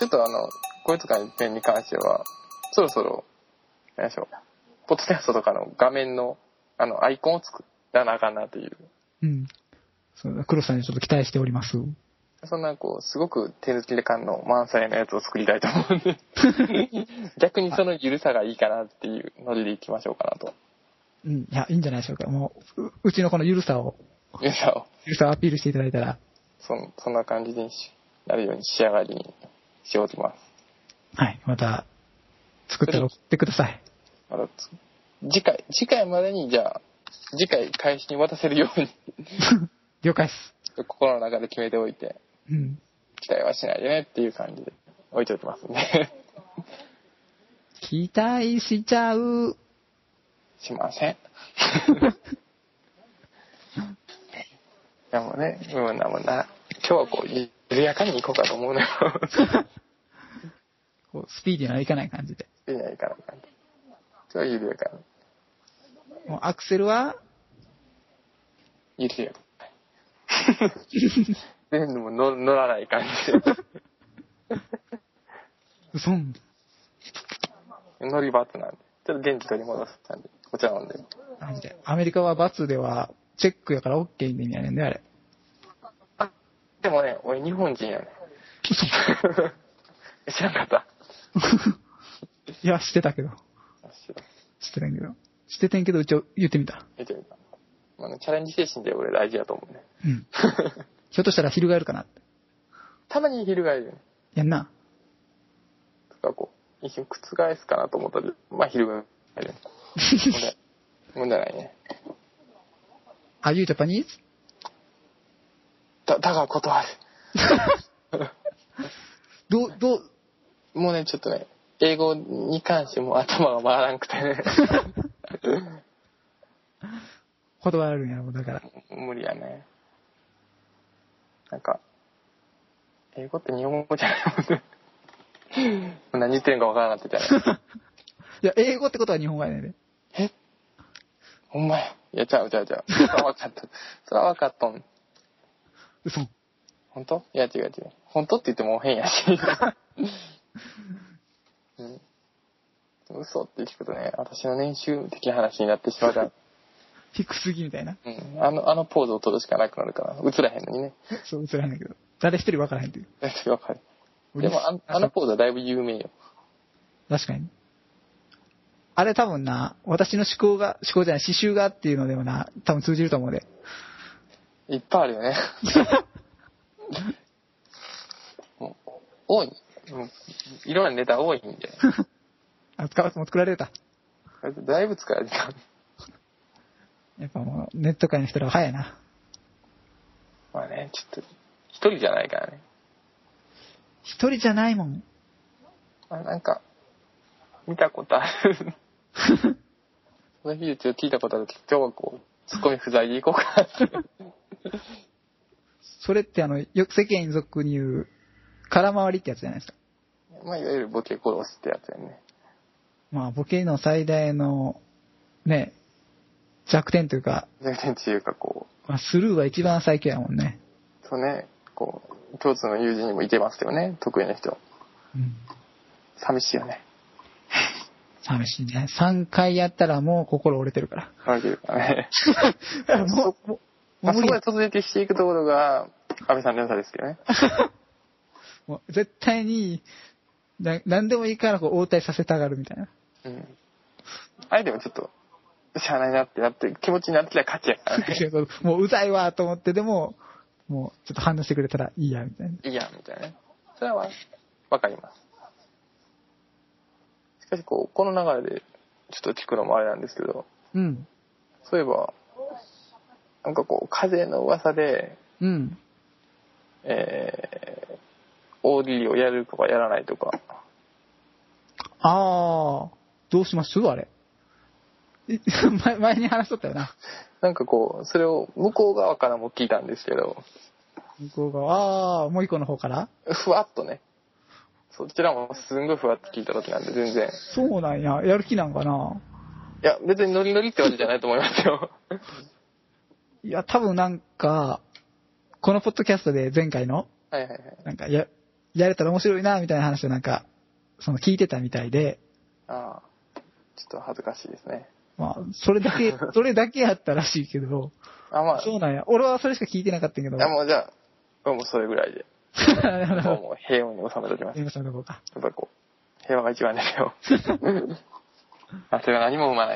ちょっとこういうとか点に関しては、そろそろ、何でしょう、ポッドキャストとかの画面の、アイコンを作らなあかんなという。 うん。黒さんにちょっと期待しております。 そんな、すごく手抜きで感の満載のやつを作りたいと思うんで。逆にその緩さがいいかなっていうノリでいきましょうかなと。 うん。いや、いいんじゃないでしょうか。もうちのこの緩さをアピールしていただいたら。そんな感じになるように仕上がりにしておきます。 はい。また、作ったら送ってください。 また次回までに、じゃあ、次回開始に渡せるように。 了解です。 心の中で決めておいて、 うん。 期待はしないでねっていう感じで置いておきますんで。 期待しちゃう。 しません。いやもうね、もうな、今日は緩やかに行こうかと思うのよ。 スピーディーないかない感じで。 スピーディーないかない感じ。今日は緩やかに。 もうアクセルは緩やか。全部も乗らない感じで。 嘘ん。 乗り罰なんで。ちょっと元気取り戻したんで、こちら飲んで。 マジで。アメリカは罰では、チェックやから OK って意味やねんね、あれ。 でもね、俺日本人やね。知らんかった。 いや、してたけど。してたんけど。しててんけど、一応言ってみた。 チャレンジ精神で俺大事だと思うね。 うん。ひょっとしたら翻るかなって。 たまに翻るよね。 やんな。 とか一瞬覆すかなと思ったら、まあ翻る。問題ないね。 Are you Japanese? だが断る。もうね、ちょっとね、英語に関しても頭が回らんくてね。 断るんやろ、だから。 無理やね。なんか、英語って日本語じゃないもんね。何言ってるんかわからなかったじゃない。 いや、英語ってことは日本語やねんで。 えほんまや。いや、ちゃう。それは分かった。それは分かっとん。 嘘。 本当？いや、違う。本当って言っても変やし。うん。嘘って聞くとね、私の年収的な話になってしまうから。 低すぎみたいな。 うん。あのポーズを取るしかなくなるから、映らへんのにね。 そう、映らへんだけど。誰一人分からへんっていう。 誰一人分かる。でもあのポーズはだいぶ有名よ。 確かに。あれ多分な、私の思考じゃない、刺繍がっていうのでもな、多分通じると思うで。 いっぱいあるよね。もう多い。もういろんなネタ多いんで。 もう作られた。 だいぶ使われた。 やっぱもうネット界の人らは早いな。 まあね、ちょっと一人じゃないからね。 一人じゃないもん。 なんか見たことある。その技術を聞いたことあるけど、今日はツッコミ不在でいこうかなって。 それってよく世間俗に言う空回りってやつじゃないですか。 まあいわゆるボケ殺しってやつやね。 まあボケの最大のね弱点というか。 弱点っていうかまあ、スルーは一番最強やもんね。 そうね、共通の友人にもいてますけどね、得意な人。 うん。 寂しいよね。 寂しいね。3回やったらもう心折れてるから。 折れてるからね。 そこで突撃していくところが、安倍さんの良さですけどね。 もう絶対に、何でもいいから応対させたがるみたいな。 うん。あれでもちょっと、しゃあないなってなって、気持ちになってきたら勝ちやからね。 もううざいわと思ってでも、もうちょっと反応してくれたらいいや、みたいな。 いいや、みたいなね。それはわかります。しかしこの流れで、ちょっと聞くのもあれなんですけど、 うん。 そういえば、なんか風の噂で、 うん。 OD をやるとかやらないとか。 ああ、どうしますあれ。前に話しとったよな。 なんかそれを向こう側からも聞いたんですけど。 向こう側、もう一個の方からふわっとね。そちらもすんごいふわっと聞いた時なんで全然。 そうなんや。やる気なんかな。 いや、別にノリノリってわけじゃないと思いますよ。 いや、多分なんか、このポッドキャストで前回の、 はいはいはい。 なんかやれたら面白いな、みたいな話をなんか、聞いてたみたいで。 ああ、ちょっと恥ずかしいですね。 まあ、それだけやったらしいけど。 あ、まあ。 そうなんや。俺はそれしか聞いてなかったけど。 いや、もうじゃあ、もうそれぐらいで。もう平穏に収めときます。 収めとこうか。 やっぱりこう、平和が一番ですよ。あ、それは何も生まない。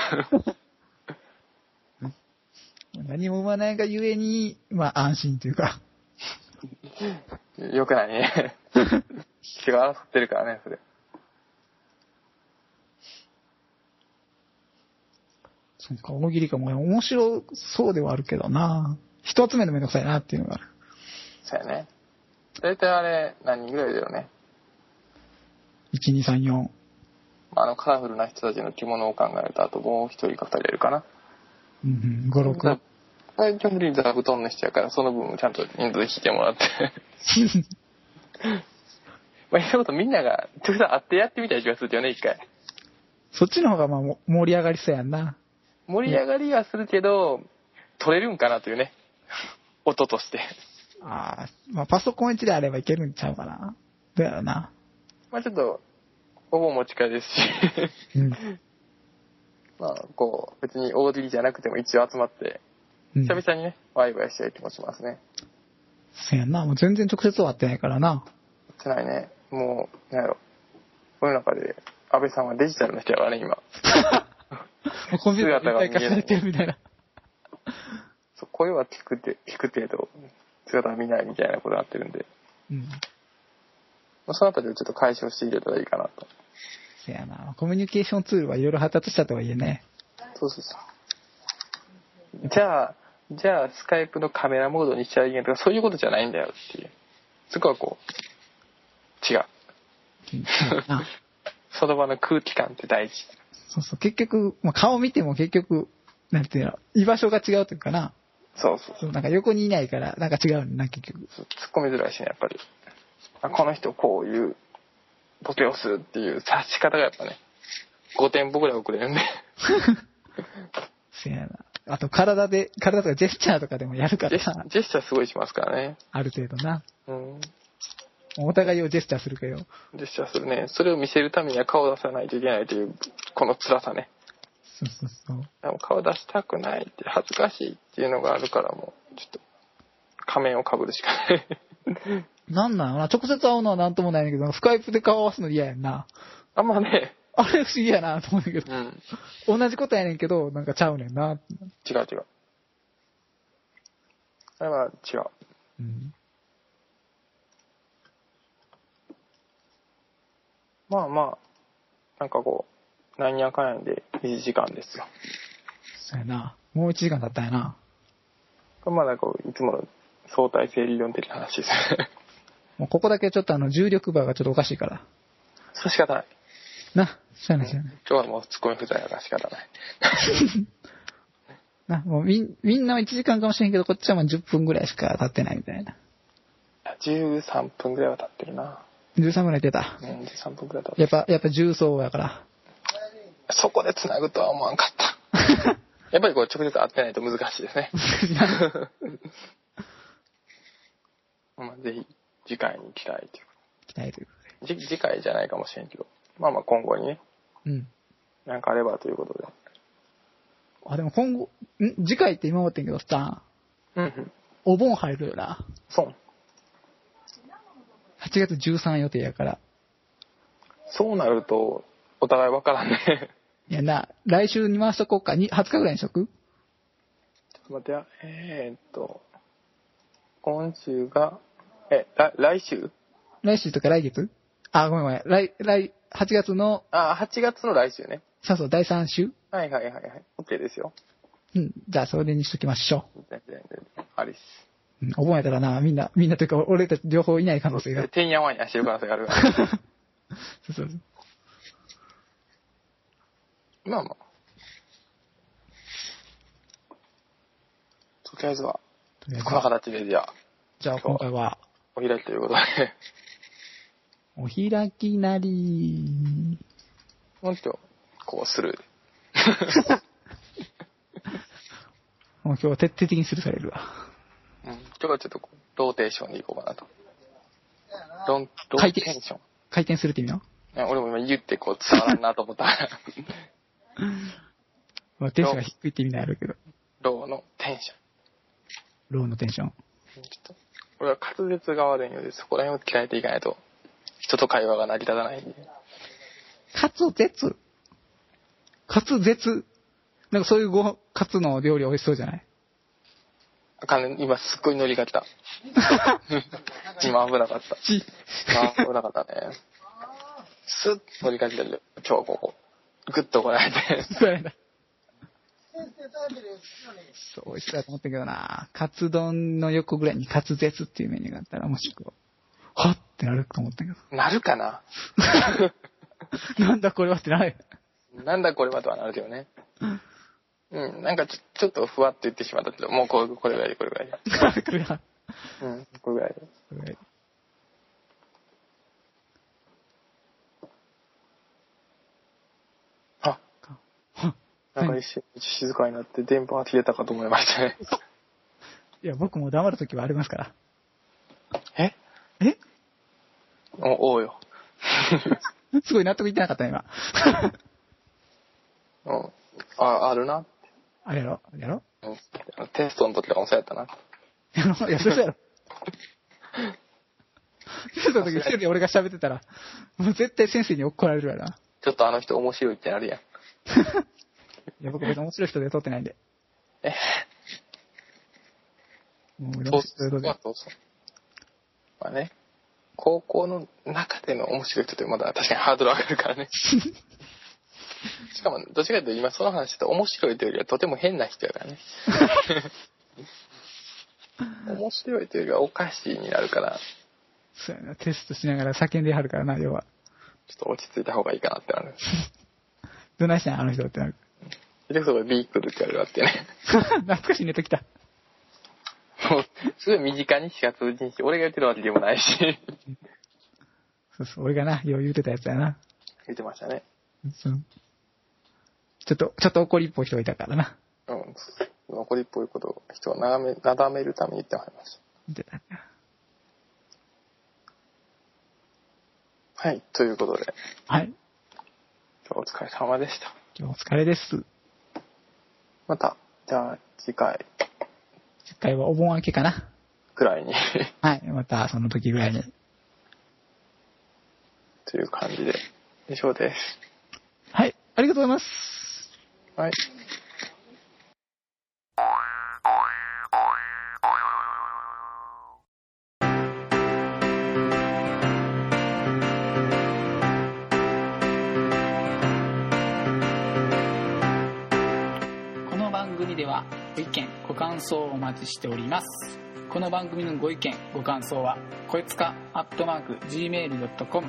何も生まないがゆえに、まあ安心というか。 よくないね。人が争ってるからね、それ。 そうか、大喜利かも面白そうではあるけどな。一つ目のめんどくさいなっていうのがある。 そうやね。大体あれ、何人ぐらいだよね。 1、2、3、4。 カラフルな人たちの着物を考えると、あともう一人か二人いるかな。 うん、5、6。 基本的に座布団の人やから、その分ちゃんと人数で引いてもらって。まあ、いいことみんなが、直接会ってやってみたい気がするよね、一回。 そっちの方がまあ盛り上がりそうやんな。 盛り上がりはするけど、取れるんかなというね。音として。 ああ、まあパソコン1であればいけるんちゃうかな。だよな。 まあちょっと、ほぼ持ち帰りですし。 うん、 まあ、こう、別に大喜利じゃなくても一応集まって、久々にね、ワイワイしたい気もしますね。 そうやんな。もう全然直接は会ってないからな。 会ってないね。もう、なんやろ。世の中で、安倍さんはデジタルの人やからね、今。 もうコンピューターが一体化されてるみたいな。 そう、声は聞く程度、姿は見ないみたいなことになってるんで。 うん。 まあ、そのあたりをちょっと解消していけたらいいかなと。 そやな。コミュニケーションツールはいろいろ発達したとはいえね。 そうそうそう。じゃあ、スカイプのカメラモードにしちゃいけないとか、そういうことじゃないんだよっていう。そこはこう、違う。その場の空気感って大事。 そうそう。結局、まあ、顔見ても結局、なんていうの、居場所が違うというかな。 そうそうそう。 なんか横にいないから、なんか違うな、結局。 突っ込みづらいしね、やっぱり。この人こういうボケをするっていう察し方がやっぱね、5店舗ぐらい遅れるんで。 せやな。あと体とかジェスチャーとかでもやるからさ。 ジェスチャーすごいしますからね。 ある程度な。 うん。 お互いをジェスチャーするかよ。 ジェスチャーするね。それを見せるためには顔を出さないといけないという、この辛さね。 そうそうそう。 でも顔出したくないって恥ずかしいっていうのがあるからもう、ちょっと仮面をかぶるしかない。 なんなんな、直接会うのはなんともないんだけど、スカイプで顔合わすの嫌やんな。 あんまね。 あれ不思議やなと思うんだけど、 うん。 同じことやねんけど、なんかちゃうねんな。 違う。あれは違う。 うん。 まあまあ、なんかこう、なんやかんやで1時間ですよ。 そうやな。もう1時間経ったんやな。 まあなんかいつもの相対性理論的な話です。 もうここだけちょっと重力場がちょっとおかしいから。 そう仕方ない。 な、そうやな、そうやな。 今日はもうツッコミ不在だから仕方ない。 な、もうみんなは1時間かもしれんけど、こっちはもう10分ぐらいしか経ってないみたいな。 13分ぐらいは経ってるな。 13分ぐらい出た。 うん、13分ぐらい経ってる。 やっぱ重曹やから。 そこで繋ぐとは思わんかった。やっぱりこう直接会ってないと難しいですね。まあぜひ次回に期待ということ。 期待ということで。次回じゃないかもしれんけど、まあまあ今後にね、 うん。 なんかあればということで。 あ、でも今後、次回って今思ってんけどさ、 うんうん。 お盆入るよな。 そう。 8月13予定やから。 そうなると、お互い分からんね。 いやな、来週に回しとこうか。20日ぐらいにしとく？ ちょっと待ってや。今週が、来週？ 来週とか来月？あ、ごめん。8月の。 8月の来週ね。 そうそう、第3週？ はい。OK ですよ。 うん。じゃあ、それにしときましょ全然ありっす。 う。お盆やったらな、みんなというか、俺たち両方いない可能性が。 てんやわんやしてる可能性があるから。 そう。 まあまあ。とりあえずは、この形でじゃあ今回は、 お開きということで。 お開きなり。 もうちょっと、こうする。 もう今日は徹底的にスルーされるわ。 今日はちょっとローテーションでいこうかなと。 回転テンション。 回転するって意味の？ いや俺も今言ってこう伝わらんなと思ったから。 まあ、テンションが低いって意味なんやるけど。 ローのテンション。 ローのテンション。 ちょっと俺は滑舌が悪いので、そこら辺を鍛えていかないと、人と会話が成り立たないんで。 滑舌なんかそういうカツの料理美味しそうじゃない？ あかんね、今すっごいノリが来た。今危なかった。危なかったね。スッノリが来たけど、今日はここ、グッとこらえて。 そうやな。そう、美味しそうだと思ったけどな。カツ丼の横ぐらいにカツ絶っていうメニューがあったら、もしくは、はっってなると思ったけど。 なるかな。 なんだこれはってなる。 なんだこれはとはなるけどね。うん、なんかちょっとふわっと言ってしまったけど、もうこれぐらいで、これぐらいで。 これが。 うん、これぐらいで。 これぐらいで。 あ、なんか一瞬静かになって電波が切れたかと思いましたね。 いや、僕も黙るときはありますから。 えおうよ。 すごい納得いってなかったね、今。 あるな。 あれやろやろ、 うん、テストの時とかもそうやったな。 やろいや、そうやろ。テストの時一人で俺が喋ってたら、もう絶対先生に怒られるやな。 ちょっとあの人面白いってなるやん。 いや、僕別に面白い人で撮ってないんで。もう面白い人で。 そう。まあね、高校の中での面白い人ってまだ確かにハードル上がるからね。しかも、どっちかというと今その話して面白いというよりはとても変な人やからね。面白いというよりはおかしいになるから。 そうやな、テストしながら叫んではるからな、要は。 ちょっと落ち着いた方がいいかなってなる。 どないしたんあの人ってなる。 結局そこでビークルって言われるわってね。 懐かしいネタ来た。 もう、すごい身近にしか通じんし、俺が言ってるわけでもないし。 そうそう、俺がな、よう言うてたやつやな。 言ってましたね。 そう。ちょっと怒りっぽい人がいたからな。 うん。残りっぽいことを人をなだめるために言ってまいりました。 言ってた。 はい、ということで。 はい。 今日お疲れ様でした。 今日お疲れです。 また、じゃあ次回はお盆明けかな。 くらいに。 はい、またその時ぐらいに。 という感じで、以上です。 はい、ありがとうございます。 はい。 この番組ではご意見ご感想をお待ちしております。この番組のご意見ご感想はこいつか@gmail.com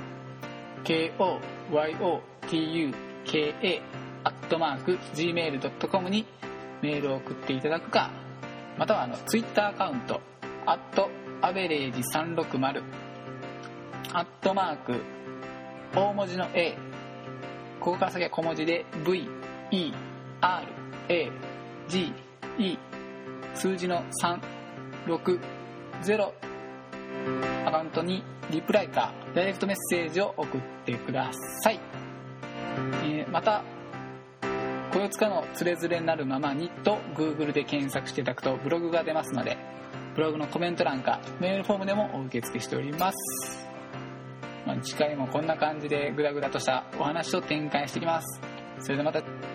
koyotuka@gmail.com にメールを送っていただくか、またはツイッターアカウント@average360大文字の A、 ここから先は小文字で VERAGE 数字の360アカウントにリプライかダイレクトメッセージを送ってください。またこよつかのつれづれになるままにと Google で検索していただくとブログが出ますので、ブログのコメント欄かメールフォームでもお受け付けしております。次回もこんな感じでグダグダとしたお話を展開していきます。それではまた。